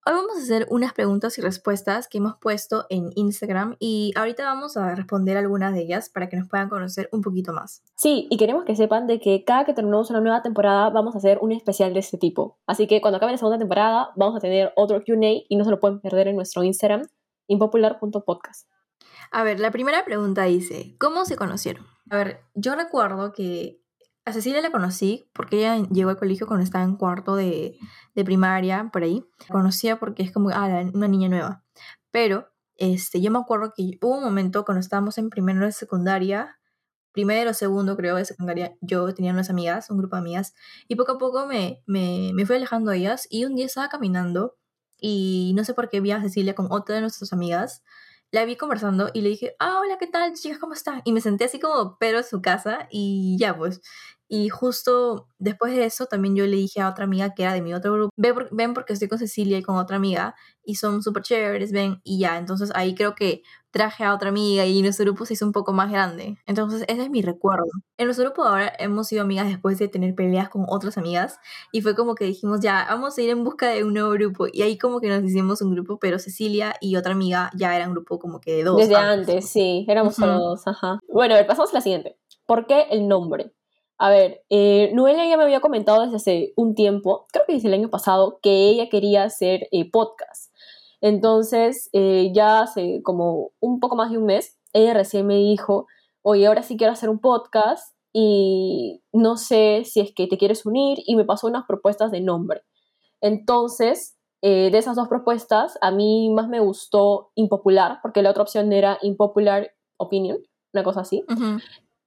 Hoy vamos a hacer unas preguntas y respuestas que hemos puesto en Instagram y ahorita vamos a responder algunas de ellas para que nos puedan conocer un poquito más. Sí, y queremos que sepan de que cada que terminemos una nueva temporada vamos a hacer un especial de este tipo. Así que cuando acabe la segunda temporada vamos a tener otro Q&A y no se lo pueden perder en nuestro Instagram, impopular.podcast. A ver, la primera pregunta dice, ¿cómo se conocieron? A ver, yo recuerdo que a Cecilia la conocí porque ella llegó al colegio cuando estaba en cuarto de primaria, por ahí. La conocía porque es como, una niña nueva. Pero, yo me acuerdo que hubo un momento cuando estábamos en primero de secundaria, primero o segundo creo de secundaria, yo tenía unas amigas, un grupo de amigas, y poco a poco me fui alejando de ellas, y un día estaba caminando, y no sé por qué vi a Cecilia con otra de nuestras amigas, la vi conversando, y le dije, hola, ¿qué tal, chicas, cómo están? Y me senté así como Pedro en su casa, y ya pues, y justo después de eso, también yo le dije a otra amiga que era de mi otro grupo, ven porque estoy con Cecilia y con otra amiga, y son súper chéveres, ven, y ya, entonces ahí creo que traje a otra amiga y nuestro grupo se hizo un poco más grande. Entonces, ese es mi recuerdo. En nuestro grupo ahora hemos sido amigas después de tener peleas con otras amigas y fue como que dijimos, ya, vamos a ir en busca de un nuevo grupo. Y ahí como que nos hicimos un grupo, pero Cecilia y otra amiga ya eran un grupo como que de dos Desde antes. antes, sí, éramos solo Ujú. dos, ajá. Bueno, a ver, pasamos a la siguiente. ¿Por qué el nombre? A ver, Noelia ya me había comentado desde hace un tiempo, creo que desde el año pasado, que ella quería hacer podcast. Entonces, ya hace como un poco más de un mes, ella recién me dijo, oye, ahora sí quiero hacer un podcast y no sé si es que te quieres unir, y me pasó unas propuestas de nombre. Entonces, de esas dos propuestas, a mí más me gustó Impopular, porque la otra opción era Impopular Opinion, una cosa así. Ujú.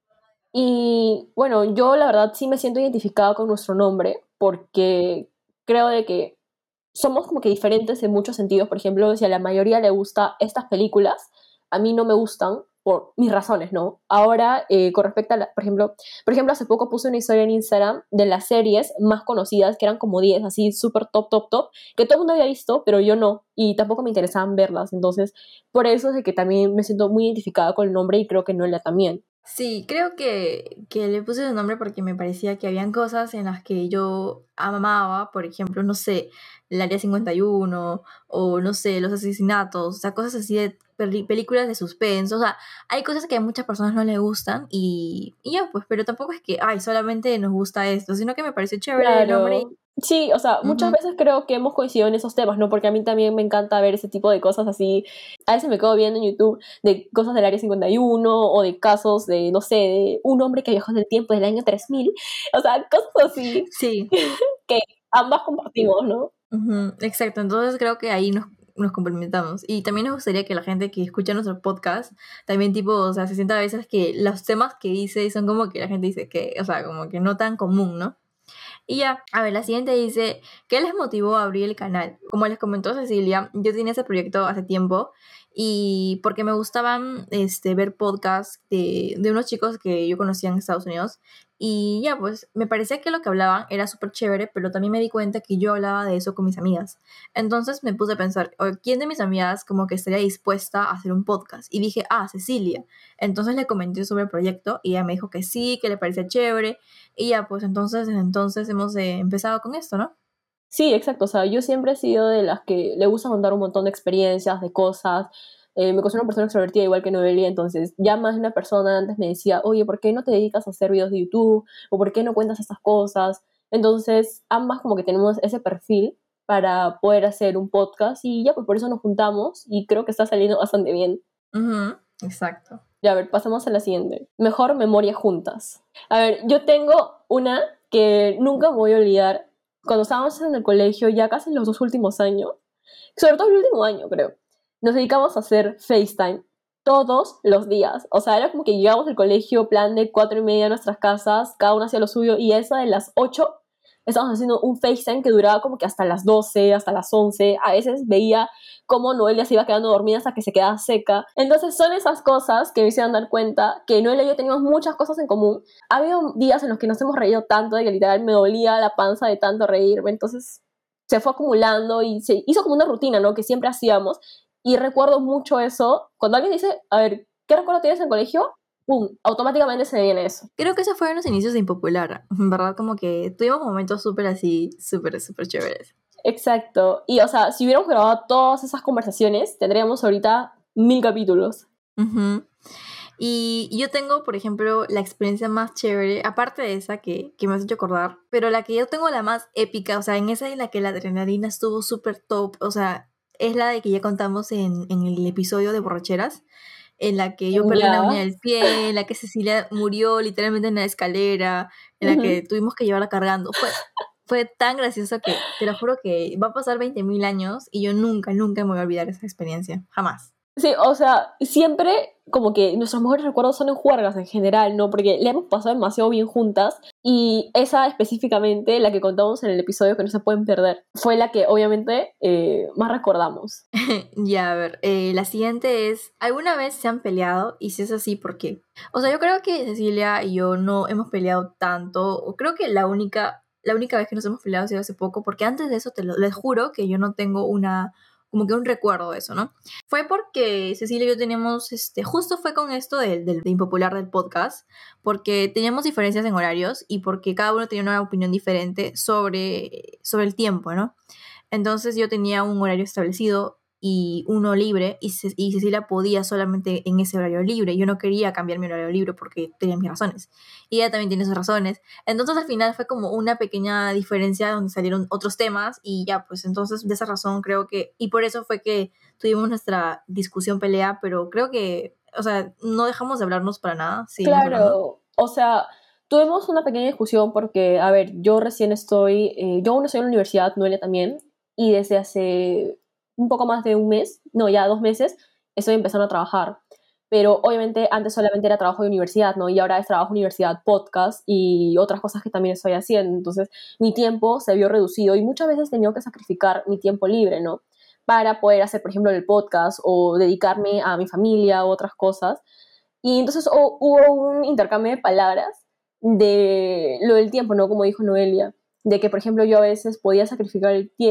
Y bueno, yo la verdad sí me siento identificada con nuestro nombre, porque creo de que somos como que diferentes en muchos sentidos. Por ejemplo, si a la mayoría le gusta estas películas, a mí no me gustan por mis razones, ¿no? Ahora, con respecto a, por ejemplo, hace poco puse una historia en Instagram de las series más conocidas, que eran como 10, así súper top, top, top, que todo el mundo había visto, pero yo no, y tampoco me interesaban verlas. Entonces, por eso es de que también me siento muy identificada con el nombre, y creo que Noelia también. Sí, creo que le puse ese nombre porque me parecía que habían cosas en las que yo amaba, por ejemplo, no sé, el Área 51 o no sé, los asesinatos, o sea, cosas así de películas de suspenso, o sea, hay cosas que a muchas personas no les gustan y ya pues, pero tampoco es que, ay, solamente nos gusta esto, sino que me pareció chévere el nombre. Claro. Sí, o sea, muchas Ujú. veces creo que hemos coincidido en esos temas, ¿no? Porque a mí también me encanta ver ese tipo de cosas así. A veces me quedo viendo en YouTube de cosas del Área 51 o de casos de, no sé, de un hombre que viajó en el tiempo del año 3000. O sea, cosas así Sí. que ambas compartimos, ¿no? Ujú, exacto, entonces creo que ahí nos complementamos. Y también nos gustaría que la gente que escucha nuestro podcast también tipo, o sea, se sienta a veces que los temas que dice son como que la gente dice que, o sea, como que no tan común, ¿no? Y ya, a ver, la siguiente dice, ¿qué les motivó a abrir el canal? Como les comentó Cecilia, yo tenía ese proyecto hace tiempo y porque me gustaban ver podcasts de unos chicos que yo conocía en Estados Unidos y ya, pues me parecía que lo que hablaban era súper chévere, pero también me di cuenta que yo hablaba de eso con mis amigas. Entonces me puse a pensar, ¿quién de mis amigas como que estaría dispuesta a hacer un podcast? Y dije, Cecilia. Entonces le comenté sobre el proyecto y ella me dijo que sí, que le parecía chévere y ya, pues entonces hemos empezado con esto, ¿no? Sí, exacto. O sea, yo siempre he sido de las que le gusta contar un montón de experiencias, de cosas. Me considero una persona extrovertida igual que Noelia, entonces ya más de una persona antes me decía, oye, ¿por qué no te dedicas a hacer videos de YouTube? ¿O por qué no cuentas estas cosas? Entonces, ambas como que tenemos ese perfil para poder hacer un podcast, y ya, pues por eso nos juntamos y creo que está saliendo bastante bien. Ujú, exacto. Ya, a ver, pasamos a la siguiente. Mejor memoria juntas. A ver, yo tengo una que nunca me voy a olvidar. Cuando estábamos en el colegio, ya casi en los 2 últimos años, sobre todo el último año, creo, nos dedicamos a hacer FaceTime todos los días. O sea, era como que llegábamos del colegio, plan de 4:30 a nuestras casas, cada una hacía lo suyo, y a esa de las 8 estábamos haciendo un FaceTime que duraba como que hasta las 12, hasta las 11. A veces veía cómo Noelia se iba quedando dormida hasta que se quedaba seca. Entonces son esas cosas que me hicieron dar cuenta que Noelia y yo teníamos muchas cosas en común. Ha habido días en los que nos hemos reído tanto de que literal me dolía la panza de tanto reírme. Entonces se fue acumulando y se hizo como una rutina, ¿no? Que siempre hacíamos. Y recuerdo mucho eso. Cuando alguien dice, a ver, ¿qué recuerdo tienes en el colegio? ¡Pum! Automáticamente se me viene eso. Creo que esos fueron los inicios de Impopular, en verdad como que tuvimos momentos súper así, súper, súper chéveres. Exacto. Y, o sea, si hubiéramos grabado todas esas conversaciones, tendríamos ahorita 1000 capítulos. Ujú. Y yo tengo, por ejemplo, la experiencia más chévere, aparte de esa que me has hecho acordar, pero la que yo tengo la más épica, o sea, en esa en la que la adrenalina estuvo súper top, o sea, es la de que ya contamos en el episodio de borracheras, en la que yo perdí una uña Ya. del pie, en la que Cecilia murió literalmente en la escalera, en la Ujú. que tuvimos que llevarla cargando. Fue tan gracioso que te lo juro que va a pasar 20.000 años y yo nunca, nunca me voy a olvidar esa experiencia. Jamás. Sí, o sea, siempre como que nuestros mejores recuerdos son en juergas en general, ¿no? Porque le hemos pasado demasiado bien juntas y esa específicamente, la que contamos en el episodio que no se pueden perder, fue la que obviamente más recordamos. Ya, a ver, la siguiente es, ¿alguna vez se han peleado? Y si es así, ¿por qué? O sea, yo creo que Cecilia y yo no hemos peleado tanto, o creo que la única vez que nos hemos peleado ha sido hace poco, porque antes de eso les juro que yo no tengo como que un recuerdo de eso, ¿no? Fue porque Cecilia y yo teníamos, justo fue con esto de impopular del podcast, porque teníamos diferencias en horarios y porque cada uno tenía una opinión diferente sobre el tiempo, ¿no? Entonces yo tenía un horario establecido y uno libre y Cecilia podía solamente en ese horario libre. Yo no quería cambiar mi horario libre porque tenía mis razones. Y ella también tiene sus razones. Entonces al final fue como una pequeña diferencia donde salieron otros temas y ya, pues entonces de esa razón creo que, y por eso fue que tuvimos nuestra discusión pelea, pero creo que, o sea, no dejamos de hablarnos para nada, seguimos hablando. Claro, o sea, tuvimos una pequeña discusión porque, a ver, yo recién estoy, yo aún estoy en la universidad, Noelia también, y desde hace un poco más de un mes, no, ya 2 meses, estoy empezando a trabajar. Pero obviamente antes solamente era trabajo de universidad, ¿no? Y ahora es trabajo universidad, podcast y otras cosas que también estoy haciendo. Entonces, mi tiempo se vio reducido y muchas veces he tenido que sacrificar mi tiempo libre, ¿no? Para poder hacer, por ejemplo, el podcast o dedicarme a mi familia u otras cosas. Y entonces hubo un intercambio de palabras de lo del tiempo, ¿no? Como dijo Noelia, de que, por ejemplo, yo a veces podía sacrificar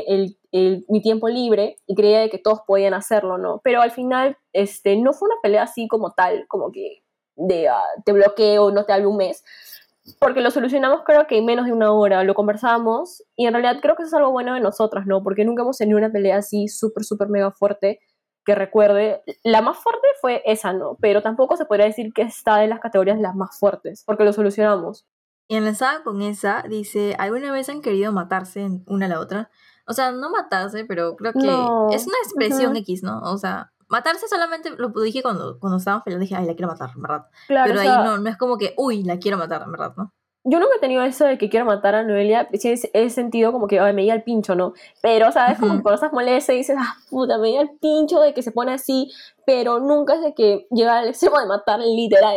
mi tiempo libre y creía de que todos podían hacerlo, ¿no? Pero al final, no fue una pelea así como tal, como que te bloqueo, no te hablo un mes, porque lo solucionamos creo que en menos de una hora, lo conversamos y en realidad creo que eso es algo bueno de nosotras, ¿no? Porque nunca hemos tenido una pelea así súper, súper mega fuerte que recuerde. La más fuerte fue esa, ¿no? Pero tampoco se podría decir que está en las categorías de las más fuertes, porque lo solucionamos. Y enlazada con esa, dice, ¿alguna vez han querido matarse una a la otra? O sea, no matarse, pero creo que es No. una expresión Ujú. X, ¿no? O sea, matarse solamente lo dije cuando estábamos peleando, dije, ay, la quiero matar, en verdad. Claro, o Pero ahí sea, no es como que, uy, la quiero matar, en verdad, ¿no? yo nunca he tenido eso de que quiero matar a Noelia, sí he sentido como que ay, me llega el pincho, ¿no? Pero, ¿sabes? Como que Ujú. cuando estás molesta y dices, ah, puta, me llega el pincho de que se pone así, pero nunca es de que llega al extremo de matar literal.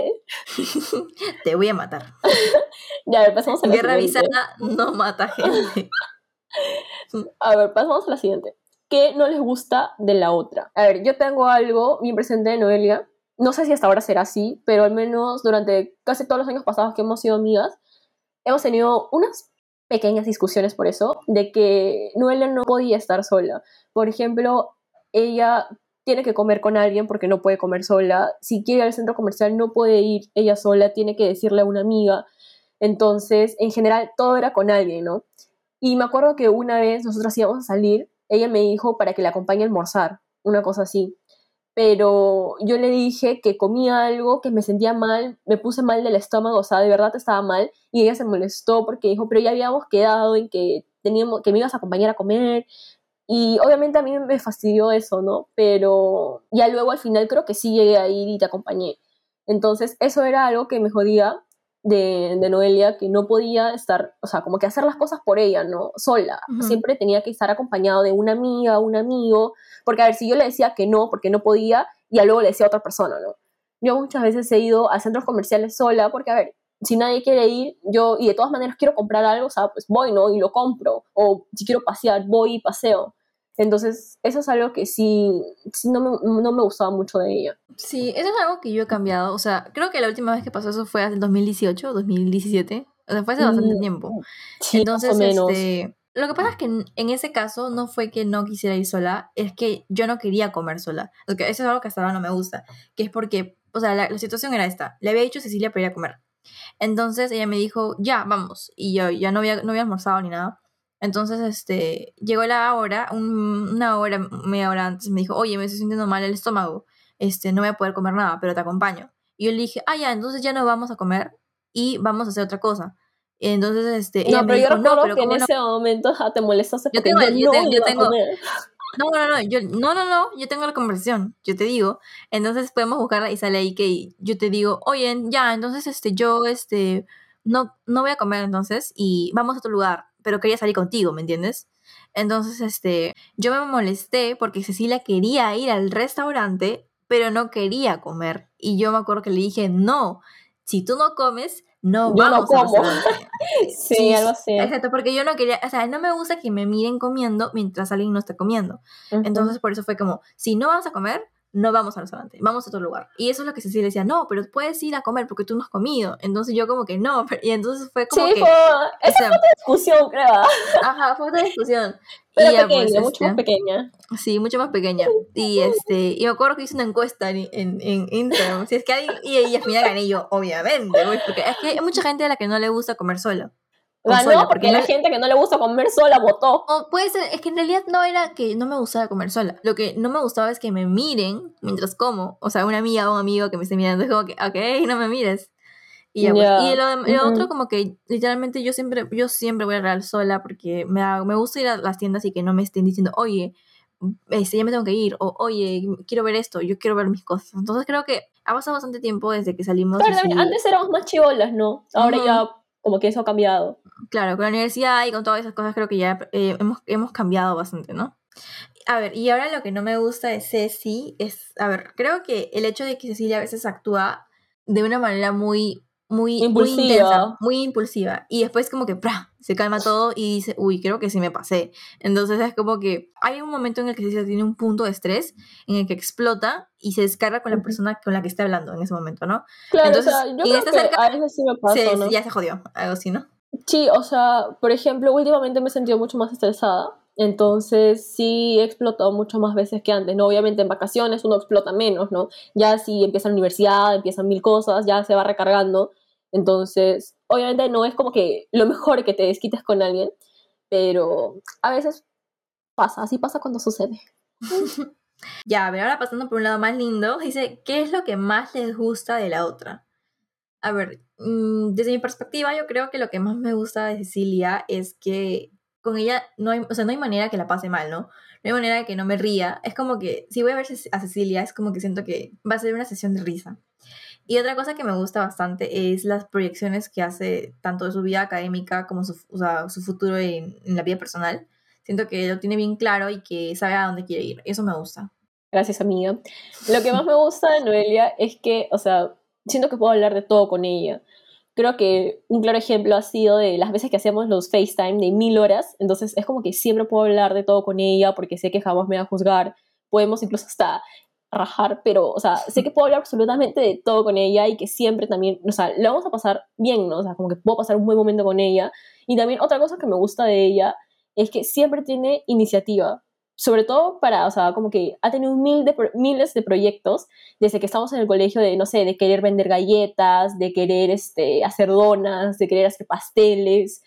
Te voy a matar. Ya, a ver, pasamos a la Guerra siguiente. avisada no mata gente. A ver, pasamos a la siguiente. ¿Qué no les gusta de la otra? A ver, yo tengo algo bien presente de Noelia. No sé si hasta ahora será así, pero al menos durante casi todos los años pasados que hemos sido amigas, hemos tenido unas pequeñas discusiones por eso, de que Noelia no podía estar sola. Por ejemplo, ella tiene que comer con alguien porque no puede comer sola. Si quiere ir al centro comercial no puede ir ella sola, tiene que decirle a una amiga. Entonces, en general, todo era con alguien, ¿no? Y me acuerdo que una vez nosotros íbamos a salir, ella me dijo para que la acompañe a almorzar, una cosa así. Pero yo le dije que comía algo, que me sentía mal, me puse mal del estómago, o sea, de verdad estaba mal, y ella se molestó porque dijo, pero ya habíamos quedado en que teníamos, que me ibas a acompañar a comer, y obviamente a mí me fastidió eso, ¿no? Pero ya luego al final creo que sí llegué a ir y te acompañé. Entonces eso era algo que me jodía de Noelia, que no podía estar, o sea, como que hacer las cosas por ella, ¿no? Sola. Ujú. Siempre tenía que estar acompañado de una amiga, un amigo, porque a ver, si yo le decía que no, porque no podía, y luego le decía a otra persona, ¿no? Yo muchas veces he ido a centros comerciales sola, porque a ver, si nadie quiere ir, yo, y de todas maneras quiero comprar algo, o sea, pues voy, ¿no? Y lo compro. O si quiero pasear, voy y paseo. Entonces, eso es algo que sí no me gustaba mucho de ella. Sí, eso es algo que yo he cambiado. O sea, creo que la última vez que pasó eso fue en 2018, 2017. O sea, fue hace bastante Mm, tiempo. sí, más o Entonces, menos. lo que pasa es que en ese caso no fue que no quisiera ir sola, es que yo no quería comer sola. O sea, eso es algo que hasta ahora no me gusta, que es porque, o sea, la situación era esta. Le había dicho a Cecilia para ir a comer. Entonces ella me dijo, ya, vamos. Y yo ya no había almorzado ni nada. Entonces, llegó la hora, una hora, media hora antes, me dijo, oye, me estoy sintiendo mal el estómago, no voy a poder comer nada, pero te acompaño. Y yo le dije, ya, entonces ya no vamos a comer y vamos a hacer otra cosa. Y entonces, ella No, me pero yo dijo, no, recuerdo pero que en ¿cómo no? ese momento te molestaste Yo porque tengo, yo yo, no te- yo iba a tengo, comer. yo tengo la conversación, yo te digo, entonces podemos buscarla y sale ahí que yo te digo, oye, ya, entonces, yo, no voy a comer entonces y vamos a otro lugar, pero quería salir contigo, ¿me entiendes? Entonces, yo me molesté porque Cecilia quería ir al restaurante, pero no quería comer. Y yo me acuerdo que le dije, no, si tú no comes, no Yo no vamos al como. restaurante. Sí, Sí, algo así. exacto, porque yo no quería, o sea, no me gusta que me miren comiendo mientras alguien no está comiendo. Ujú. Entonces, por eso fue como, si no vamos a comer, no vamos al restaurante, vamos a otro lugar. Y eso es lo que Cecilia decía, no, pero puedes ir a comer porque tú no has comido. Entonces yo como que no, y entonces fue Sí, como que, o esa fue sea, otra discusión, creo, ajá, fue otra discusión. Y pero ya, pues, pequeña, mucho más pequeña. sí, mucho más pequeña. Y me acuerdo que hice una encuesta en Instagram. Si es que alguien, y al final gané yo, obviamente, pues, porque es que hay mucha gente a la que no le gusta comer sola. O Ganó sola, porque porque no, la gente que no le gusta comer sola votó. o puede ser, es que en realidad no era que no me gustaba comer sola. Lo que no me gustaba es que me miren mientras como. O sea, una amiga o un amigo que me esté mirando es como que, ok, no me mires. Y ya pues. Y Ya. lo otro como que literalmente yo siempre voy a real sola porque me gusta ir a las tiendas y que no me estén diciendo, oye, ya me tengo que ir. O oye, quiero ver esto, yo quiero ver mis cosas. Entonces creo que ha pasado bastante tiempo desde que salimos Claro, también, así. antes éramos más chivolas, ¿no? Ahora Ujú. ya como que eso ha cambiado. Claro, con la universidad y con todas esas cosas creo que ya hemos cambiado bastante, ¿no? A ver, y ahora lo que no me gusta de Ceci es, a ver, creo que el hecho de que Cecilia a veces actúa de una manera muy, muy, muy intensa, Impulsiva. muy impulsiva, y después como que ¡pra! Se calma todo y dice, uy, creo que sí me pasé. Entonces es como que hay un momento en el que Cecilia tiene un punto de estrés en el que explota y se descarga con la Ujú. persona con la que está hablando en ese momento, ¿no? Claro, o sea, Entonces, yo quien creo está que cerca a veces sí me pasó, ¿no? ya se jodió, algo así, ¿no? Sí, o sea, por ejemplo, últimamente me he sentido mucho más estresada, entonces sí he explotado mucho más veces que antes, ¿no? Obviamente en vacaciones uno explota menos, ¿no? Ya si empieza la universidad, empiezan mil cosas, ya se va recargando, entonces obviamente no es como que lo mejor que te desquites con alguien, pero a veces pasa, así pasa cuando sucede. Ya, pero ahora pasando por un lado más lindo, dice, ¿qué es lo que más les gusta de la otra? A ver, desde mi perspectiva, yo creo que lo que más me gusta de Cecilia es que con ella no hay, o sea, no hay manera que la pase mal, ¿no? No hay manera de que no me ría. Es como que si voy a ver a Cecilia, es como que siento que va a ser una sesión de risa. Y otra cosa que me gusta bastante es las proyecciones que hace tanto de su vida académica como o sea, su futuro en la vida personal. Siento que lo tiene bien claro y que sabe a dónde quiere ir. Eso me gusta. Gracias, amiga. Lo que más me gusta de Noelia es que, o sea, siento que puedo hablar de todo con ella. Creo que un claro ejemplo ha sido de las veces que hacemos los FaceTime de 1000 horas, entonces es como que siempre puedo hablar de todo con ella porque sé que jamás me va a juzgar, podemos incluso hasta rajar, pero, o sea, sé que puedo hablar absolutamente de todo con ella y que siempre también, o sea, lo vamos a pasar bien, ¿no? O sea, como que puedo pasar un buen momento con ella. Y también otra cosa que me gusta de ella es que siempre tiene iniciativa, sobre todo para, o sea, como que ha tenido miles de proyectos desde que estamos en el colegio de, no sé, de querer vender galletas, de querer hacer donas, de querer hacer pasteles,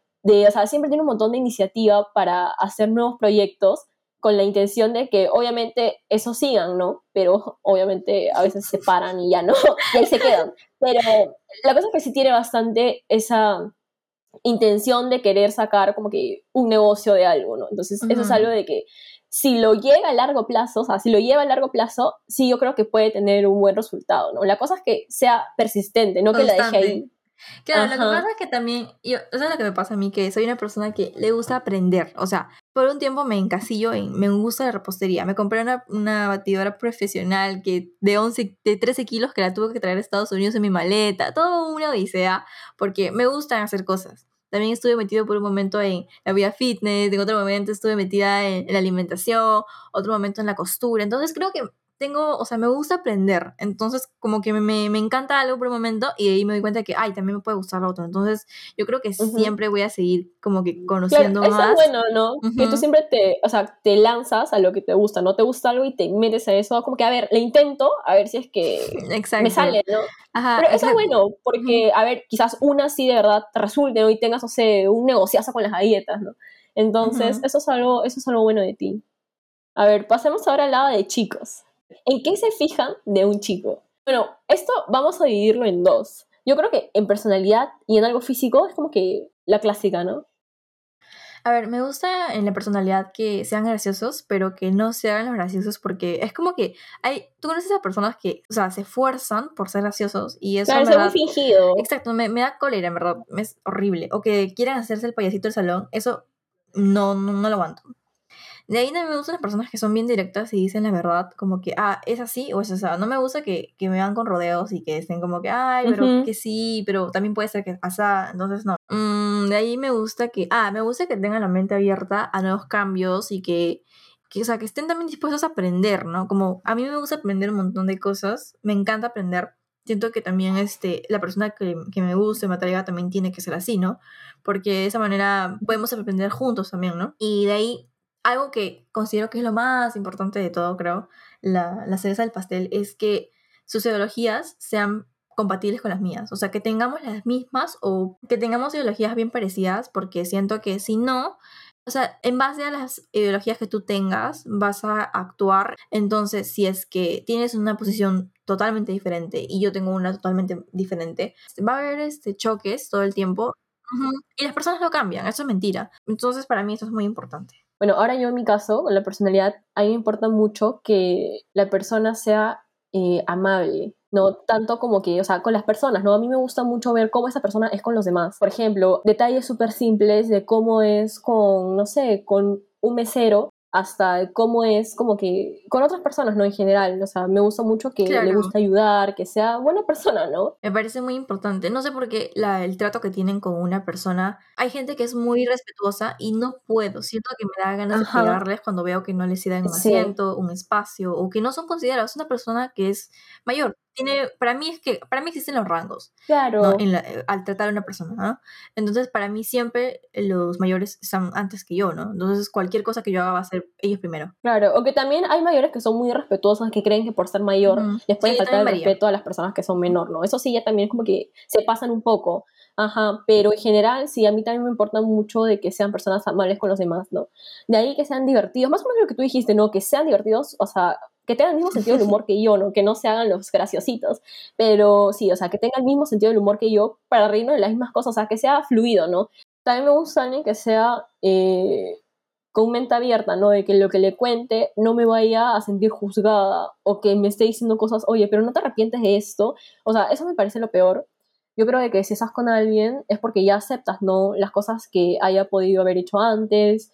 o sea, siempre tiene un montón de iniciativa para hacer nuevos proyectos con la intención de que obviamente esos sigan, ¿no? Pero obviamente a veces se paran y ya no, y ahí se quedan. Pero la cosa es que sí tiene bastante esa intención de querer sacar como que un negocio de algo, ¿no? Entonces, eso es algo Ujú. de que si lo llega a largo plazo, o sea, si lo lleva a largo plazo, sí yo creo que puede tener un buen resultado, ¿no? La cosa es que sea persistente, no que la deje Constante. ahí. Claro, lo que pasa Ajá. es que también, eso es lo que me pasa a mí, que soy una persona que le gusta aprender. O sea, por un tiempo me encasillo me gusta la repostería. Me compré una batidora profesional que de 13 kilos que la tuve que traer a Estados Unidos en mi maleta. Todo una odisea, porque me gustan hacer cosas. También estuve metido por un momento en la vida fitness, en otro momento estuve metida en la alimentación, otro momento en la costura. Entonces creo que o sea, me gusta aprender. Entonces, como que me encanta algo por un momento y de ahí me doy cuenta que, ay, también me puede gustar lo otro. Entonces, yo creo que Ujú. siempre voy a seguir como que Claro, conociendo eso es más. bueno, ¿no? Que tú Ujú. siempre o sea, te lanzas a lo que te gusta, no te gusta algo y te metes a eso, como que, a ver, le intento, a ver si es que me Exacto. sale, ¿no? Ajá, Pero eso es exacto. bueno, Ujú. porque, a ver, quizás una sí de verdad te resulte, ¿no? Y tengas, o sea, un negociazo con las galletas, ¿no? Entonces, eso es algo bueno de ti. A ver, pasemos ahora al lado de chicos. ¿En qué se fijan de un chico? Bueno, esto vamos a dividirlo en dos. Yo creo que en personalidad y en algo físico es como que la clásica, ¿no? A ver, me gusta en la personalidad que sean graciosos, pero que no se hagan los graciosos porque es como que tú conoces a personas que, o sea, se esfuerzan por ser graciosos y eso Claro, en es muy verdad, fingido. exacto, me da cólera, en verdad, es horrible. O que quieran hacerse el payasito del salón, eso no lo aguanto. De ahí también me gustan las personas que son bien directas y dicen la verdad, como que, es así o es esa. No me gusta que me van con rodeos y que estén como que, pero Ujú. que sí, pero también puede ser que pasa, entonces no. De ahí me gusta que tengan la mente abierta a nuevos cambios y o sea, que estén también dispuestos a aprender, ¿no? Como a mí me gusta aprender un montón de cosas, me encanta aprender. Siento que también la persona que me guste, me atraiga, también tiene que ser así, ¿no? Porque de esa manera podemos aprender juntos también, ¿no? Y de ahí algo que considero que es lo más importante de todo, creo, la cereza del pastel, es que sus ideologías sean compatibles con las mías. O sea, que tengamos las mismas o que tengamos ideologías bien parecidas, porque siento que si no, o sea, en base a las ideologías que tú tengas, vas a actuar. Entonces, si es que tienes una posición totalmente diferente y yo tengo una totalmente diferente, va a haber choques todo el tiempo. Ujú. Y las personas no cambian, eso es mentira. Entonces, para mí eso es muy importante. Bueno, ahora yo en mi caso, con la personalidad, a mí me importa mucho que la persona sea amable, no tanto como que, o sea, con las personas, ¿no? A mí me gusta mucho ver cómo esa persona es con los demás. Por ejemplo, detalles súper simples de cómo es con, no sé, con un mesero, hasta cómo es como que con otras personas, ¿no? En general, o sea, me gusta mucho que le Claro, guste ayudar, que sea buena persona, ¿no? me parece muy importante. No sé por qué el trato que tienen con una persona. Hay gente que es muy respetuosa y no puedo. Siento que me da ganas de Ajá, pegarles cuando veo que no les ceden un sí, asiento, un espacio o que no son considerados. Es una persona que es mayor. Para mí existen los rangos, ¿no? claro. Al tratar a una persona, ¿no? Entonces, para mí siempre los mayores están antes que yo, ¿no? Entonces, cualquier cosa que yo haga va a ser ellos primero. Claro, o que también hay mayores que son muy respetuosos, que creen que por ser mayor Ujú. les pueden Sí, faltar también el varía. respeto a las personas que son menor, ¿no? Eso sí, ya también es como que se pasan un poco, ajá, pero en general sí, a mí también me importa mucho de que sean personas amables con los demás, ¿no? De ahí que sean divertidos, más o menos lo que tú dijiste, ¿no? Que sean divertidos, o sea, que tengan el mismo sentido del humor que yo, ¿no? Que no se hagan los graciositos, pero sí, o sea, que tengan el mismo sentido del humor que yo para reírnos de las mismas cosas, o sea, que sea fluido, ¿no? También me gusta alguien que sea con mente abierta, ¿no? De que lo que le cuente no me vaya a sentir juzgada o que me esté diciendo cosas, oye, pero no te arrepientes de esto. O sea, eso me parece lo peor. Yo creo de que si estás con alguien es porque ya aceptas, ¿no? Las cosas que haya podido haber hecho antes,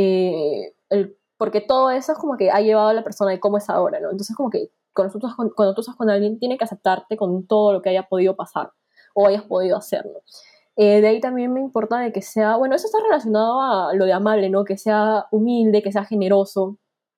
porque todo eso es como que ha llevado a la persona de cómo es ahora, ¿no? Entonces como que cuando tú estás con alguien, tiene que aceptarte con todo lo que haya podido pasar o hayas podido hacerlo. De ahí también me importa de que sea, bueno, eso está relacionado a lo de amable, ¿no? Que sea humilde, que sea generoso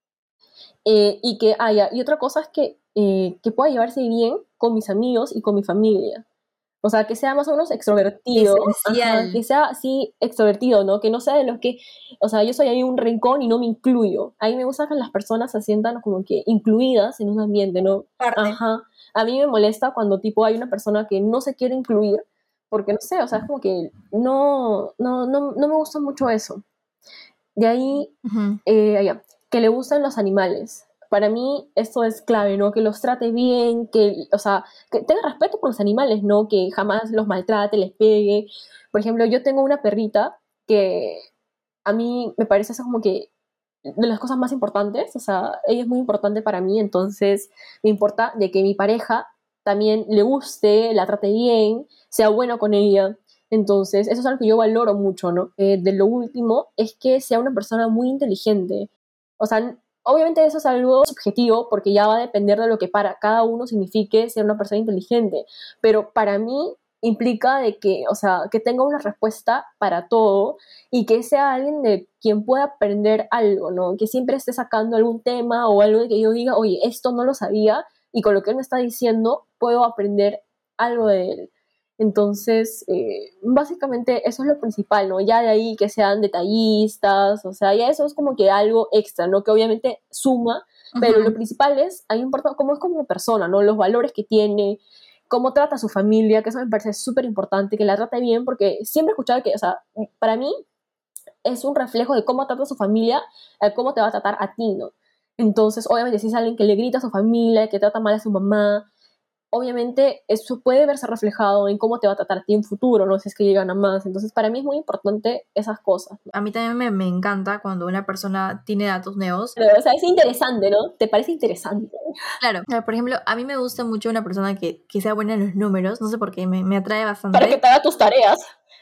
y que haya. Y otra cosa es que pueda llevarse bien con mis amigos y con mi familia. O sea, que sea más o menos extrovertido, ajá, que Esencial. sea así extrovertido, ¿no? Que no sea de los que, o sea, yo soy ahí un rincón y no me incluyo. A mí me gusta que las personas se sientan como que incluidas en un ambiente, ¿no? Parte. Ajá. A mí me molesta cuando tipo hay una persona que no se quiere incluir, porque no sé, o sea, es como que no me gusta mucho eso. De ahí, Ujú. allá, que le gustan los animales. Para mí esto es clave, ¿no? Que los trate bien, que, o sea, que tenga respeto por los animales, ¿no? Que jamás los maltrate, les pegue. Por ejemplo, yo tengo una perrita que a mí me parece eso como que de las cosas más importantes, o sea, ella es muy importante para mí, entonces me importa de que mi pareja también le guste, la trate bien, sea bueno con ella. Entonces, eso es algo que yo valoro mucho, ¿no? De lo último es que sea una persona muy inteligente. O sea, obviamente eso es algo subjetivo porque ya va a depender de lo que para cada uno signifique ser una persona inteligente, pero para mí implica de que, o sea, que tenga una respuesta para todo y que sea alguien de quien pueda aprender algo, ¿no? Que siempre esté sacando algún tema o algo de que yo diga, oye, esto no lo sabía y con lo que él me está diciendo puedo aprender algo de él. Entonces, básicamente eso es lo principal, ¿no? Ya de ahí que sean detallistas, o sea, ya eso es como que algo extra, ¿no? Que obviamente suma, pero lo Ujú. principal es, a mí me importa cómo es como persona, ¿no? Los valores que tiene, cómo trata a su familia, que eso me parece súper importante, que la trate bien, porque siempre he escuchado que, o sea, para mí es un reflejo de cómo trata a su familia, a cómo te va a tratar a ti, ¿no? Entonces, obviamente, si es alguien que le grita a su familia, que trata mal a su mamá, obviamente eso puede verse reflejado en cómo te va a tratar a ti en futuro, no si es que llegan a más. Entonces, para mí es muy importante esas cosas, ¿no? A mí también me encanta cuando una persona tiene datos nuevos. Pero, o sea, es interesante, ¿no? ¿Te parece interesante? Claro, por ejemplo, a mí me gusta mucho una persona que sea buena en los números, no sé por qué, me atrae Para que bastante. te haga tus tareas.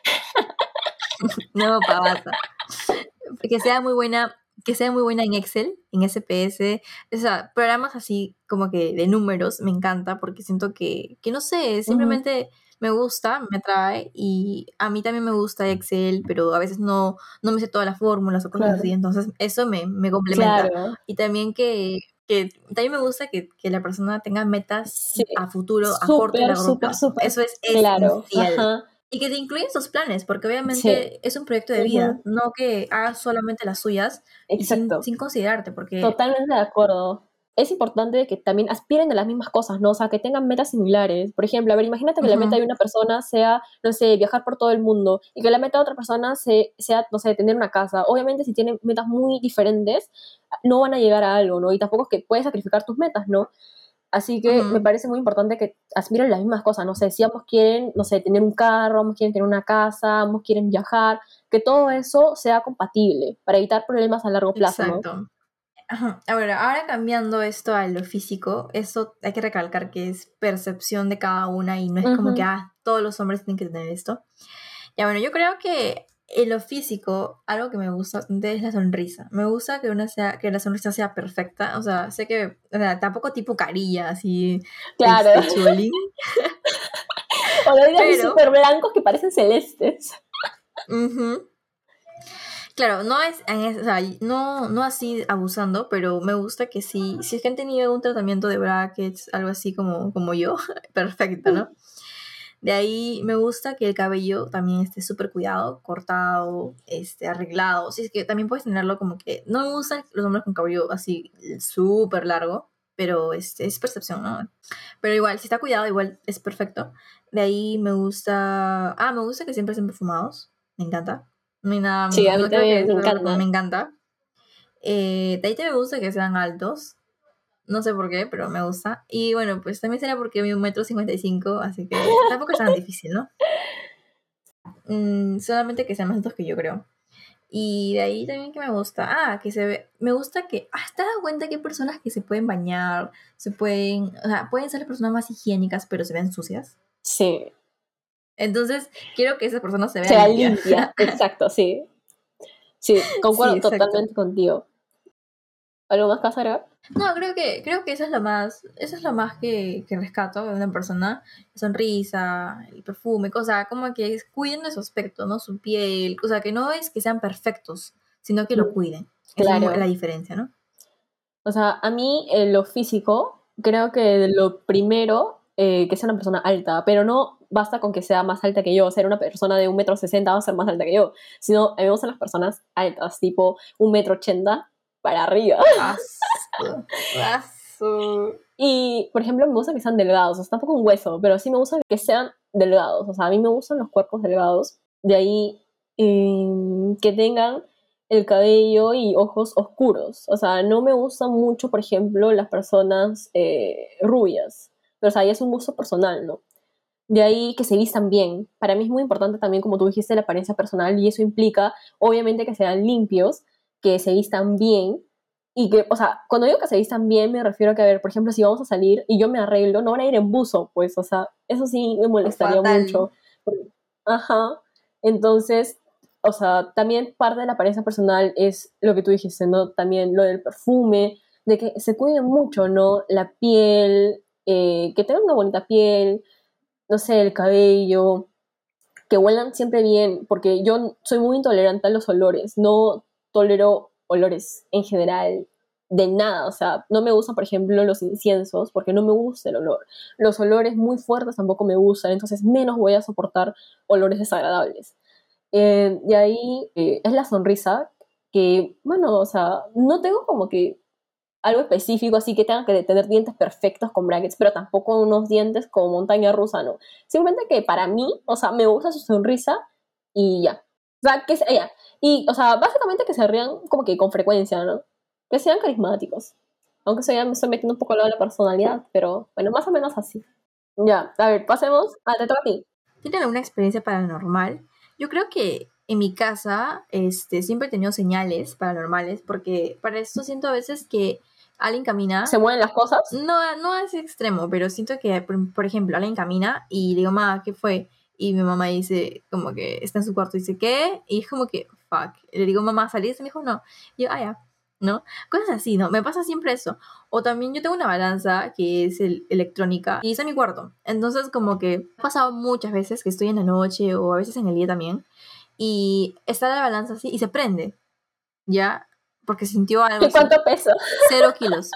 No, pavasa. Que sea muy buena, que sea muy buena en Excel, en SPS, o sea, programas así como que de números, me encanta porque siento que no sé, Ujú. simplemente me gusta, me atrae y a mí también me gusta Excel, pero a veces no me sé todas las fórmulas o cosas así, Claro, entonces eso me complementa. claro. Y también que también me gusta que la persona tenga metas Sí, a futuro, a corto y súper, largo súper, plazo. súper Eso es claro. esencial. Ajá, Y que te incluyen sus planes, porque sí. obviamente es un proyecto de vida, Ujú. no que hagas solamente las suyas y Exacto. sin considerarte, porque... Totalmente de acuerdo. Es importante que también aspiren a las mismas cosas, ¿no? O sea, que tengan metas similares. Por ejemplo, a ver, imagínate que la meta Ujú, de una persona sea, no sé, viajar por todo el mundo y que la meta de otra persona sea, no sé, tener una casa. Obviamente, si tienen metas muy diferentes, no van a llegar a algo, ¿no? Y tampoco es que puedes sacrificar tus metas, ¿no? Así que me ujú, parece muy importante que aspiren las mismas cosas. No sé, si ambos quieren, no sé, tener un carro, ambos quieren tener una casa, ambos quieren viajar, que todo eso sea compatible para evitar problemas a largo plazo, ¿no? exacto. Ajá. Ahora cambiando esto a lo físico, eso hay que recalcar que es percepción de cada una y no es como que, Ujú. todos los hombres tienen que tener esto. Ya bueno, yo creo que en lo físico, algo que me gusta bastante es la sonrisa. Me gusta que la sonrisa sea perfecta. O sea, sé que, o sea, tampoco tipo carilla, así, Claro. chibolín, O de así pero, súper blancos que parecen celestes. ujú, claro, no es, o sea, no así abusando, pero me gusta que sí, si es que han tenido un tratamiento de brackets, algo así como yo, perfecto, ¿no? De ahí me gusta que el cabello también esté súper cuidado, cortado, arreglado. Si es que también puedes tenerlo como que... No me gustan los hombres con cabello así súper largo, pero es percepción, ¿no? Pero igual, si está cuidado, igual es perfecto. De ahí me gusta... me gusta que siempre estén perfumados. Me encanta. No hay nada... Sí, a mí No creo que también me eso es algo que no encanta. me encanta. De ahí también me gusta que sean altos. No sé por qué, pero me gusta. Y bueno, pues también será porque mi 1,55 m, así que tampoco es tan difícil, ¿no? Solamente que sean más altos que yo, creo. Y de ahí también que me gusta. Que se ve. Me gusta que. ¿Te has dado cuenta que hay personas que se pueden bañar? Se pueden. O sea, pueden ser las personas más higiénicas, pero se ven sucias. Sí. Entonces, quiero que esa persona se vea Sea limpia. limpia. Exacto, sí. Sí, Sí, concuerdo exacto. totalmente contigo. ¿Algo más que agregar? No, creo que eso es lo más que rescato de una persona, la sonrisa, el perfume, cosa, como que cuiden de su aspecto, ¿no? Su piel, o sea, que no es que sean perfectos, sino que lo Mm, cuiden. Esa es la claro. diferencia, ¿no? O sea, a mí en lo físico, creo que lo primero, que sea una persona alta, pero no basta con que sea más alta que yo, ser una persona de 1,60 m va a ser más alta que yo, sino a mí me gustan las personas altas, tipo 1,80 m para arriba. Asu, asu. Y, por ejemplo, me gusta que sean delgados, o sea, tampoco un hueso, pero sí me gusta que sean delgados, o sea, a mí me gustan los cuerpos delgados, de ahí que tengan el cabello y ojos oscuros, o sea, no me gustan mucho, por ejemplo, las personas rubias, pero o sea, ya es un gusto personal, ¿no? De ahí que se vistan bien. Para mí es muy importante también, como tú dijiste, la apariencia personal y eso implica, obviamente, que sean limpios, que se vistan bien y que, o sea, cuando digo que se vistan bien me refiero a que, a ver, por ejemplo, si vamos a salir y yo me arreglo, no van a ir en buzo, pues, o sea, eso sí me molestaría Fatal. mucho. Ajá. Entonces, o sea, también parte de la apariencia personal es lo que tú dijiste, ¿no? También lo del perfume, de que se cuiden mucho, ¿no? La piel, que tengan una bonita piel, no sé, el cabello, que huelan siempre bien, porque yo soy muy intolerante a los olores, no tolero olores en general de nada, o sea, no me gustan, por ejemplo, los inciensos, porque no me gusta el olor. Los olores muy fuertes tampoco me gustan, entonces menos voy a soportar olores desagradables. De ahí es la sonrisa, que, bueno, o sea, no tengo como que algo específico, así que tengan que tener dientes perfectos con brackets, pero tampoco unos dientes como montaña rusa, no. Simplemente que para mí, o sea, me gusta su sonrisa y ya. O sea, que ella. Y, o sea, básicamente que se rían como que con frecuencia, ¿no? Que sean carismáticos. Aunque eso ya me estoy metiendo un poco al lado de la personalidad, pero bueno, más o menos así. Ya, a ver, pasemos. Ah, te toca a ti. ¿Tienen alguna experiencia paranormal? Yo creo que en mi casa siempre he tenido señales paranormales porque para esto siento a veces que alguien camina. ¿Se mueven las cosas? No es extremo, pero siento que, por ejemplo, alguien camina y le digo, mamá, ¿qué fue? Y mi mamá dice, como que está en su cuarto y dice, ¿qué? Y es como que, fuck. Y le digo, mamá, ¿saliste? Y me dijo, no. Y yo, ya. ¿No? Cosas así, ¿no? Me pasa siempre eso. O también yo tengo una balanza que es electrónica y está en mi cuarto. Entonces, como que ha pasado muchas veces que estoy en la noche o a veces en el día también y está la balanza así y se prende, ¿ya? Porque sintió algo ¿Y así. cuánto peso? 0 kilos.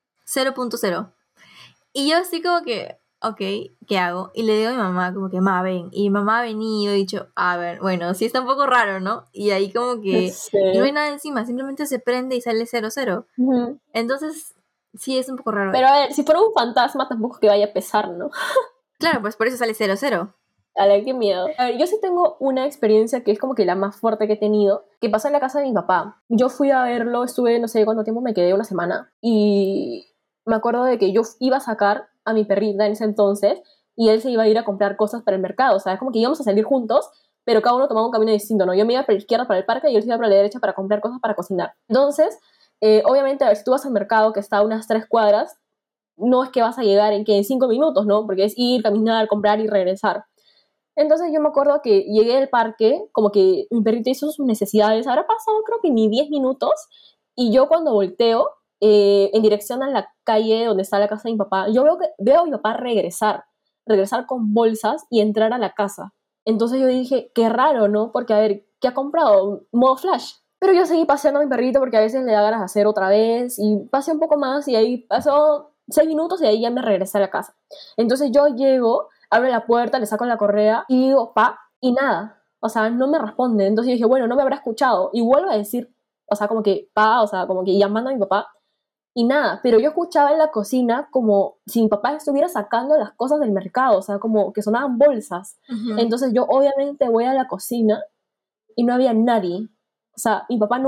0.0. Y yo así como que, ok, ¿qué hago? Y le digo a mi mamá como que, ma, ven. Y mi mamá ha venido y dicho, a ver, bueno, sí está un poco raro, ¿no? Y ahí como que, Sí. y no hay nada encima, simplemente se prende y sale 0, 0. Ujú. Entonces, sí es un poco raro. Pero a ver, si fuera un fantasma tampoco es que vaya a pesar, ¿no? Claro, pues por eso sale 0, 0. A ver, qué miedo. A ver, yo sí tengo una experiencia que es como que la más fuerte que he tenido, que pasó en la casa de mi papá. Yo fui a verlo, estuve no sé cuánto tiempo, me quedé una semana, y me acuerdo de que yo iba a sacar a mi perrita en ese entonces, y él se iba a ir a comprar cosas para el mercado, o sea, es como que íbamos a salir juntos, pero cada uno tomaba un camino distinto, ¿no? Yo me iba para la izquierda para el parque y él se iba para la derecha para comprar cosas para cocinar. Entonces, obviamente, a ver, si tú vas al mercado que está a unas 3 cuadras, no es que vas a llegar en 5 minutos, ¿no? Porque es ir, caminar, comprar y regresar. Entonces yo me acuerdo que llegué al parque, como que mi perrito hizo sus necesidades, habrá pasado creo que ni 10 minutos, y yo cuando volteo en dirección a la calle donde está la casa de mi papá, yo veo a mi papá regresar con bolsas y entrar a la casa. Entonces yo dije, qué raro, ¿no? Porque a ver, ¿qué ha comprado? Modo flash. Pero yo seguí paseando a mi perrito porque a veces le da ganas de hacer otra vez, y pasé un poco más y ahí pasó 6 minutos y ahí ya me regresé a la casa. Entonces yo llego, abro la puerta, le saco la correa y digo, pa, y nada. O sea, no me responde. Entonces yo dije, bueno, no me habrá escuchado. Y vuelvo a decir, o sea, como que, pa, o sea, como que llamando a mi papá. Y nada, pero yo escuchaba en la cocina como si mi papá estuviera sacando las cosas del mercado, o sea, como que sonaban bolsas. Entonces yo obviamente voy a la cocina y no había nadie. O sea, mi papá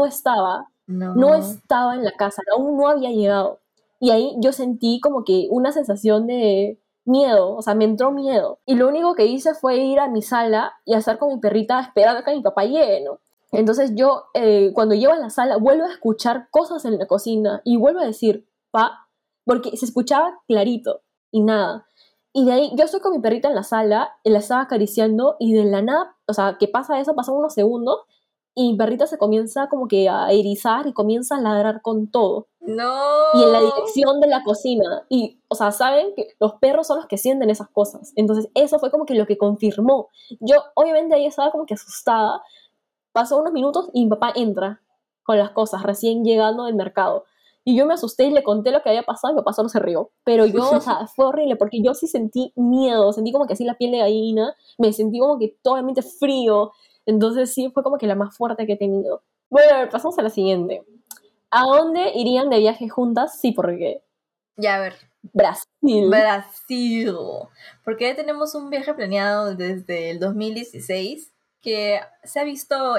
no estaba en la casa, aún no había llegado. Y ahí yo sentí como que una sensación de miedo, o sea, me entró miedo. Y lo único que hice fue ir a mi sala y a estar con mi perrita esperando a que mi papá llegue, ¿no? Entonces yo, cuando llego a la sala, vuelvo a escuchar cosas en la cocina y vuelvo a decir, pa, porque se escuchaba clarito y nada. Y de ahí, yo estoy con mi perrita en la sala, y la estaba acariciando y de la nada, o sea, que pasa eso, pasan unos segundos y mi perrita se comienza como que a erizar y comienza a ladrar con todo. No. Y en la dirección de la cocina. Y, o sea, saben que los perros son los que sienten esas cosas. Entonces, eso fue como que lo que confirmó. Yo, obviamente, ahí estaba como que asustada. Pasó unos minutos y mi papá entra con las cosas, recién llegando del mercado. Y yo me asusté y le conté lo que había pasado y mi papá solo se rió. Pero yo, o sea, fue horrible porque yo sí sentí miedo, sentí como que así la piel de gallina, me sentí como que totalmente frío. Entonces sí, fue como que la más fuerte que he tenido. Bueno, a ver, pasamos a la siguiente. ¿A dónde irían de viaje juntas? Sí, porque Ya, a ver. Brasil. Brasil. Porque ya tenemos un viaje planeado desde el 2016 que se ha visto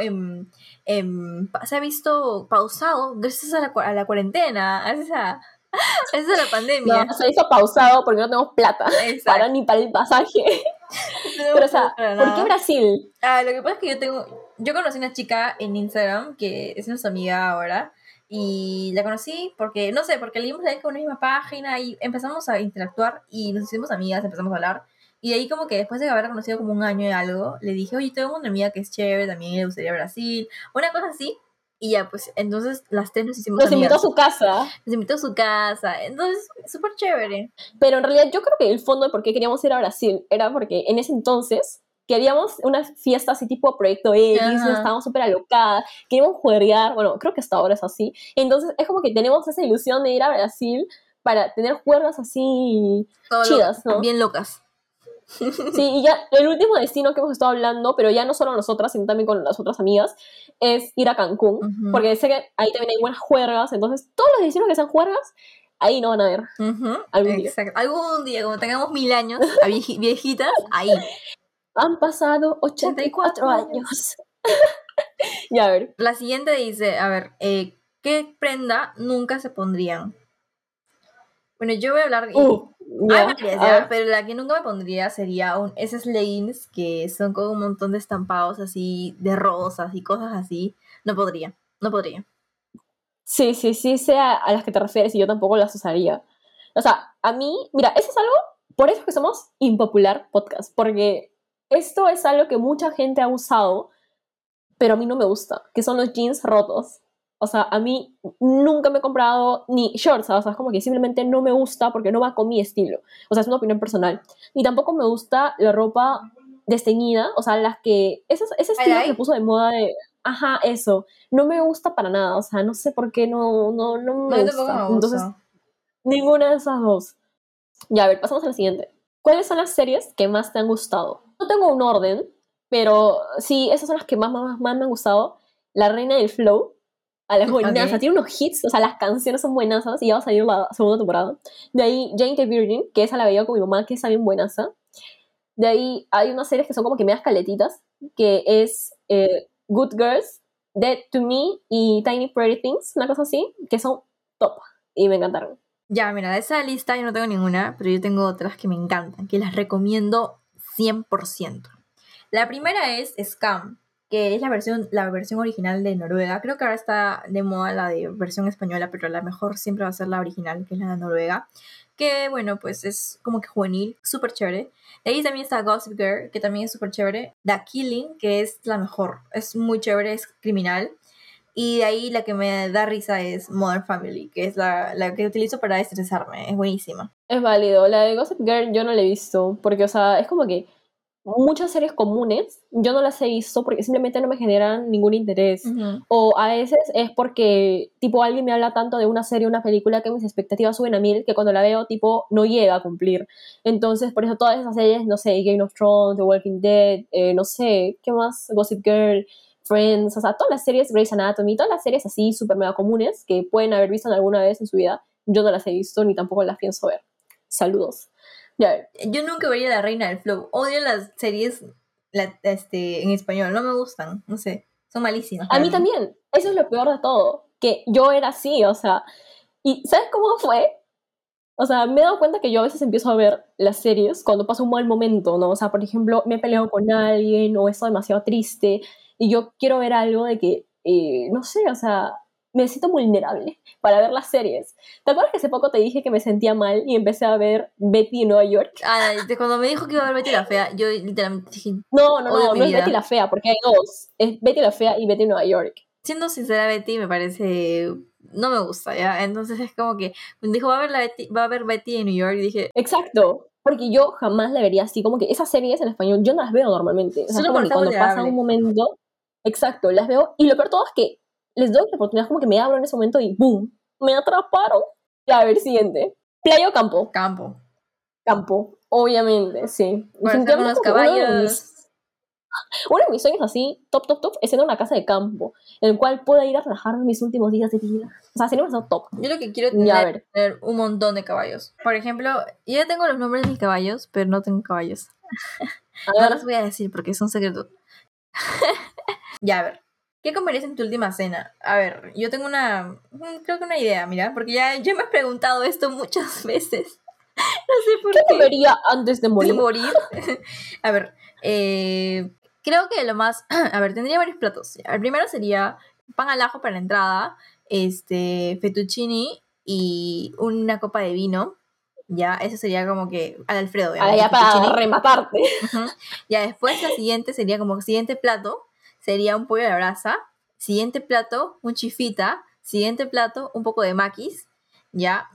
se ha visto pausado gracias a la cuarentena, gracias a la pandemia. No, se hizo pausado porque no tenemos plata Exacto. ni para el pasaje. No Pero, o sea, para ¿por qué nada. Brasil? Lo que pasa es que yo conocí una chica en Instagram que es nuestra amiga ahora y la conocí porque, no sé, porque leímos ahí con una misma página y empezamos a interactuar y nos hicimos amigas, empezamos a hablar y de ahí como que después de haberla conocido como un año y algo, le dije, oye, tengo una amiga que es chévere, también le gustaría Brasil, una cosa así. Y ya, pues, entonces las tres nos hicimos Nos invitó a amigas. su casa. Nos invitó a su casa. Entonces, súper chévere. Pero en realidad yo creo que el fondo de por qué queríamos ir a Brasil era porque en ese entonces queríamos una fiesta así tipo Proyecto X, Ajá. estábamos súper alocadas, queríamos juerguear, bueno, creo que hasta ahora es así. Entonces es como que tenemos esa ilusión de ir a Brasil para tener juergas así chidas, ¿no? Bien locas. Sí, y ya el último destino que hemos estado hablando, pero ya no solo nosotras, sino también con las otras amigas, es ir a Cancún, porque sé que ahí también hay buenas juergas, entonces todos los destinos que sean juergas, ahí no van a ver algún día. Exacto. Algún día, como tengamos 1000 años, a viejitas, ahí. Han pasado 84 años. Ya, a ver. La siguiente dice, a ver, ¿qué prenda nunca se pondrían? Bueno, yo voy a hablar... hay Ya, varias, a ¿ya? ver. Pero la que nunca me pondría sería esos leggings que son con un montón de estampados así, de rosas y cosas así. No podría, no podría. Sí, sí, sí, sé a las que te refieres y yo tampoco las usaría. O sea, a mí, mira, eso es algo, por eso es que somos impopular podcast, porque esto es algo que mucha gente ha usado, pero a mí no me gusta, que son los jeans rotos. O sea, a mí nunca me he comprado ni shorts, o sea, es como que simplemente no me gusta porque no va con mi estilo. O sea, es una opinión personal. Ni tampoco me gusta la ropa desteñida, o sea, ese estilo que se ¿Ay? puso de moda de, ajá, eso, no me gusta para nada, o sea, no sé por qué no No, me yo tampoco gusta. me Entonces, gusta. ninguna de esas dos. Ya, a ver, pasamos a la siguiente. ¿Cuáles son las series que más te han gustado? No tengo un orden, pero sí, esas son las que más me han gustado. La Reina del Flow, a las buenazas, Ok. tiene unos hits, o sea, las canciones son buenazas y ya va a salir la segunda temporada. De ahí, Jane the Virgin, que esa la veía con mi mamá, que está bien buenaza. De ahí hay unas series que son como que medias caletitas, que es Good Girls, Dead to Me y Tiny Pretty Things, una cosa así, que son top y me encantaron. Ya, mira, de esa lista yo no tengo ninguna, pero yo tengo otras que me encantan, que las recomiendo 100%. La primera es Scam, que es la versión original de Noruega. Creo que ahora está de moda la de versión española, pero la mejor siempre va a ser la original, que es la de Noruega. Que bueno, pues es como que juvenil, súper chévere. De ahí también está Gossip Girl, que también es súper chévere. The Killing, que es la mejor, es muy chévere, es criminal. Y de ahí la que me da risa es Modern Family, que es la que utilizo para estresarme. Es buenísima. Es válido. La de Gossip Girl yo no la he visto, porque, o sea, es como que muchas series comunes yo no las he visto porque simplemente no me generan ningún interés. Ujú. O a veces es porque, tipo, alguien me habla tanto de una serie o una película que mis expectativas suben a 1000 que cuando la veo, tipo, no llega a cumplir. Entonces, por eso todas esas series, no sé, Game of Thrones, The Walking Dead, no sé, ¿qué más? Gossip Girl, Friends, o sea, todas las series, Grey's Anatomy, todas las series así súper mega comunes que pueden haber visto alguna vez en su vida, yo no las he visto ni tampoco las pienso ver. Saludos. Ya, Yo nunca vería La Reina del Flow. Odio las series en español. No me gustan. No sé. Son malísimas a para mí mí. también, eso es lo peor de todo, que yo era así, o sea, ¿y sabes cómo fue? O sea, me he dado cuenta que yo a veces empiezo a ver las series cuando pasa un mal momento, ¿no? O sea, por ejemplo, me he peleado con alguien o estoy demasiado triste y yo quiero ver algo de que, no sé, o sea, me siento vulnerable para ver las series. ¿Te acuerdas que hace poco te dije que me sentía mal y empecé a ver Betty en Nueva York? Cuando me dijo que iba a ver Betty la Fea, yo literalmente dije, odio mi No es Betty la vida. Fea, porque hay dos. Es Betty la Fea y Betty en Nueva York. Siendo sincera, Betty me parece... No me gusta, ¿ya? Entonces es como que me dijo, va a ver Betty en New York. Y dije, Exacto, porque yo jamás la vería así, como que esas series en español yo no las veo normalmente, o sea, es solo como por que estar cuando pasa un vulnerable. momento, exacto, las veo, y lo peor de todo es que les doy la oportunidad, como que me abro en ese momento y ¡boom! Me atraparon. Ya, a ver, siguiente. ¿Playa o campo? Campo. Campo, obviamente, sí. Por estar con Definitivamente los como que caballos. uno de mis sueños así, top, es tener una casa de campo, en el cual pueda ir a relajarme mis últimos días de vida. O sea, sería un top. Yo lo que quiero Ya, a tener ver. es tener un montón de caballos. Por ejemplo, yo ya tengo los nombres de mis caballos, pero no tengo caballos. A No los ver, voy a decir porque son secretos. Ya, a ver. ¿Qué comerías en tu última cena? A ver, yo tengo creo que una idea, mira, porque ya me has preguntado esto muchas veces. No sé ¿qué por qué. comería antes de ¿De morir? morir? A ver, creo que lo más... A ver, tendría varios platos. El primero sería pan al ajo para la entrada, fettuccini y una copa de vino. Ya, eso sería como que al Alfredo, Ahora obviamente, ya para fettuccini. rematarte. Ujú. Ya después la siguiente sería como siguiente plato, sería un pollo a la brasa. Siguiente plato, un chifita. Siguiente plato, un poco de maquis. Ya,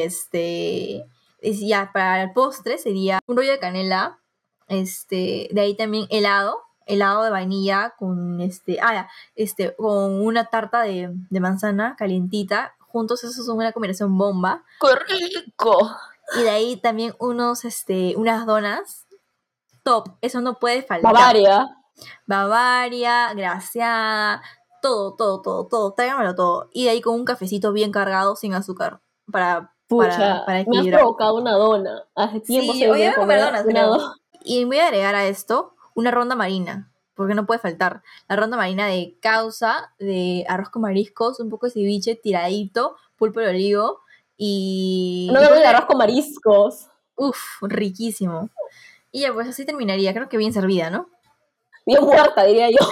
ya para el postre sería un rollo de canela. De ahí también helado de vainilla con con una tarta de manzana calientita. Juntos eso es una combinación bomba. ¡Qué rico! Y de ahí también unas donas top, eso no puede faltar. Bavaria. Bavaria, graseada, todo, tráigamelo todo. Y de ahí con un cafecito bien cargado sin azúcar Pucha, para me has equilibrar. provocado una dona. Hace tiempo Sí, sé que hoy voy quiero a comer comer donas, una creo. dona. Y voy a agregar a esto una ronda marina. porque no puede faltar. La ronda marina de causa, de arroz con mariscos, un poco de ceviche, tiradito, pulpo de olivo No me de arroz con mariscos. Uf, riquísimo. Y ya, pues así terminaría. Creo que bien servida, ¿no? Bien muerta, diría yo.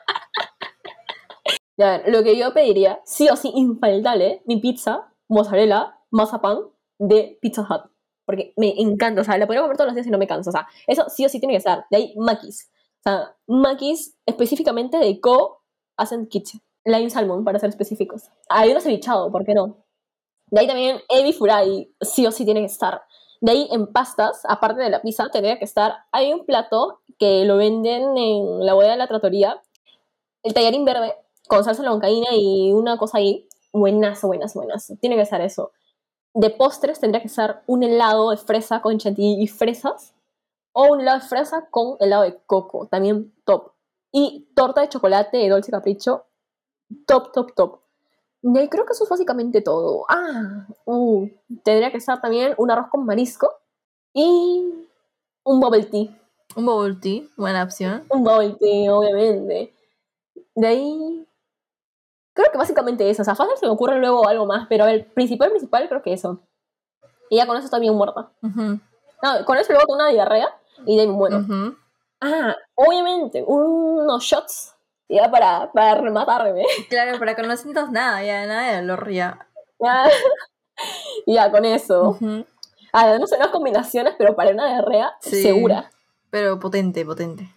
Ya, lo que yo pediría, sí o sí, infaltable, mi pizza, mozzarella, mazapán de Pizza Hut. Porque me encanta, o sea, la podría comer todos los días y no me canso. O sea, eso sí o sí tiene que estar. De ahí, Maquis. O sea, Maquis específicamente de Co hacen Kitchen. Lime Salmon, para ser específicos. Hay uno cevichado, ¿por qué no? De ahí también Ebi Furai, sí o sí tiene que estar. De ahí en pastas, aparte de la pizza, tendría que estar. Hay un plato que lo venden en la bodega de la trattoria, el tallarín verde, con salsa loncaína y una cosa ahí. Buenazo, buenazo, buenazo. Tiene que estar eso. De postres tendría que ser un helado de fresa con chantilly y fresas. O un helado de fresa con helado de coco. También top. Y torta de chocolate de Dolce Capricho. Top, top, top. Y ahí creo que eso es básicamente todo. Tendría que estar también un arroz con marisco. Y un bubble tea. Un bubble tea, buena opción. Un bubble tea, obviamente. De ahí... Creo que básicamente eso. O sea, fácil se me ocurre luego algo más. Pero a ver, principal, creo que eso. Y ya con eso estoy bien muerta. Uh-huh. No, con eso luego tengo una diarrea y de ahí me muero. Uh-huh. Obviamente, unos shots ya para rematarme. Claro, para que no sientas nada, ya, nada de dolor, ya. Ya, con eso. Uh-huh. No sé las combinaciones, pero para una diarrea, sí, segura. Pero potente, potente.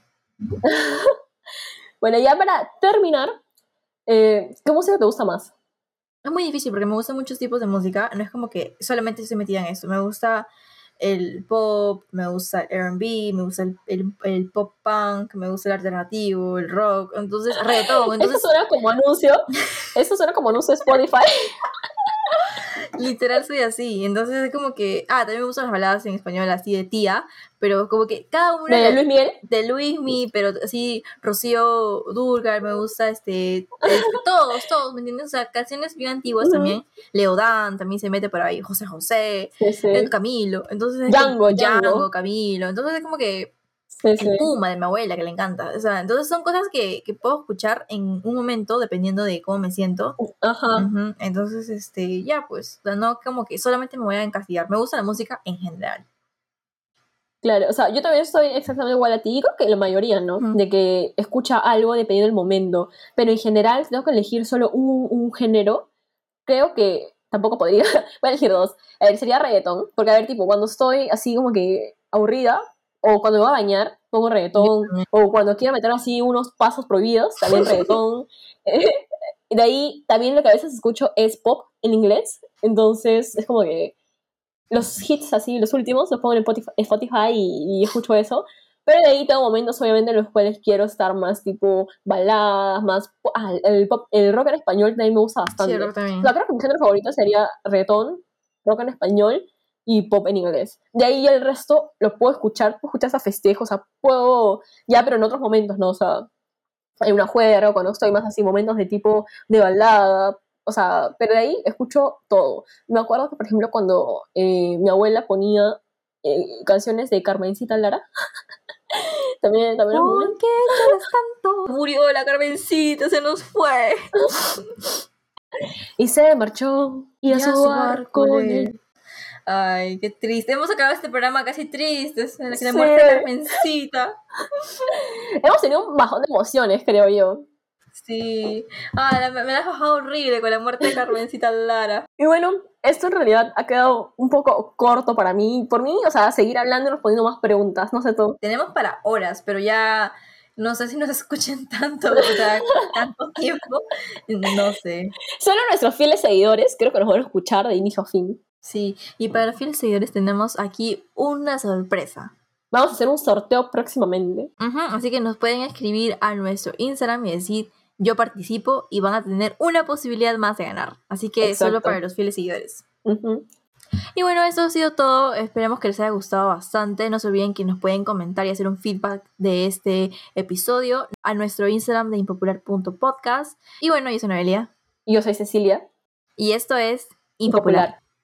Bueno, ya para terminar, ¿qué música te gusta más? Es muy difícil porque me gustan muchos tipos de música. No es como que solamente estoy metida en esto. Me gusta el pop, me gusta el R&B, me gusta el pop punk, me gusta el alternativo, el rock. Entonces, reggaetón. Entonces... Eso suena como anuncio. Eso suena como anuncio de Spotify. Literal soy así. Entonces es como que... también me gustan las baladas en español así de tía. Pero como que cada una... ¿De Luis Miguel? De Luismi, pero así Rocío Dúrcal, me gusta todos, ¿me entiendes? O sea, canciones bien antiguas también. Leodán también se mete por ahí. José José. Sí. Camilo. Entonces Django, Camilo. Entonces es como que... Sí. El Puma de mi abuela, que le encanta. O sea, entonces son cosas que puedo escuchar en un momento, dependiendo de cómo me siento. Ajá. Uh-huh. Entonces, ya, pues, no como que solamente me voy a encasillar. Me gusta la música en general. Claro, o sea, yo también estoy exactamente igual a ti. Creo que la mayoría, ¿no? Uh-huh. De que escucha algo dependiendo del momento. Pero en general, si tengo que elegir solo un género, creo que tampoco podría. Voy a elegir dos. A ver, sería reggaetón. Porque, a ver, tipo, cuando estoy así como que aburrida, o cuando me voy a bañar, pongo reggaetón. O cuando quiero meter así unos pasos prohibidos, también reggaetón. De ahí, también lo que a veces escucho es pop en inglés. Entonces, es como que los hits así, los últimos, los pongo en Spotify y escucho eso. Pero de ahí tengo momentos, obviamente, en los cuales quiero estar más tipo baladas, más... el rock en español también me gusta bastante. Sí, el rock también. O sea, creo que mi género favorito sería reggaetón, rock en español y pop en inglés. De ahí el resto lo puedo escuchar hasta festejos, o sea, puedo... Ya, pero en otros momentos, ¿no? O sea, en una juega, cuando estoy más así, momentos de tipo de balada... O sea, pero de ahí escucho todo. Me acuerdo que, por ejemplo, cuando mi abuela ponía canciones de Carmencita Lara, también ¿por qué lloras tanto? Murió la Carmencita, se nos fue. Y se marchó y a su barco con él. Ay, qué triste. Hemos acabado este programa casi triste, en la que le muerte Carmencita. Hemos tenido un bajón de emociones, creo yo. Sí. Me la has bajado horrible con la muerte de Carmencita Lara. Y bueno, esto en realidad ha quedado un poco corto para mí. Por mí, o sea, seguir hablando y respondiendo más preguntas, no sé tú. Tenemos para horas, pero ya no sé si nos escuchen tanto, o sea, tanto tiempo. No sé. Solo nuestros fieles seguidores creo que nos van a escuchar de inicio a fin. Sí, y para los fieles seguidores tenemos aquí una sorpresa. Vamos a hacer un sorteo próximamente. Uh-huh, así que nos pueden escribir a nuestro Instagram y decir yo participo y van a tener una posibilidad más de ganar. Así que solo para los fieles seguidores. Uh-huh. Y bueno, eso ha sido todo. Esperemos que les haya gustado bastante. No se olviden que nos pueden comentar y hacer un feedback de este episodio a nuestro Instagram de impopular.podcast. Y bueno, yo soy Noelia. Y yo soy Cecilia. Y esto es Impopular.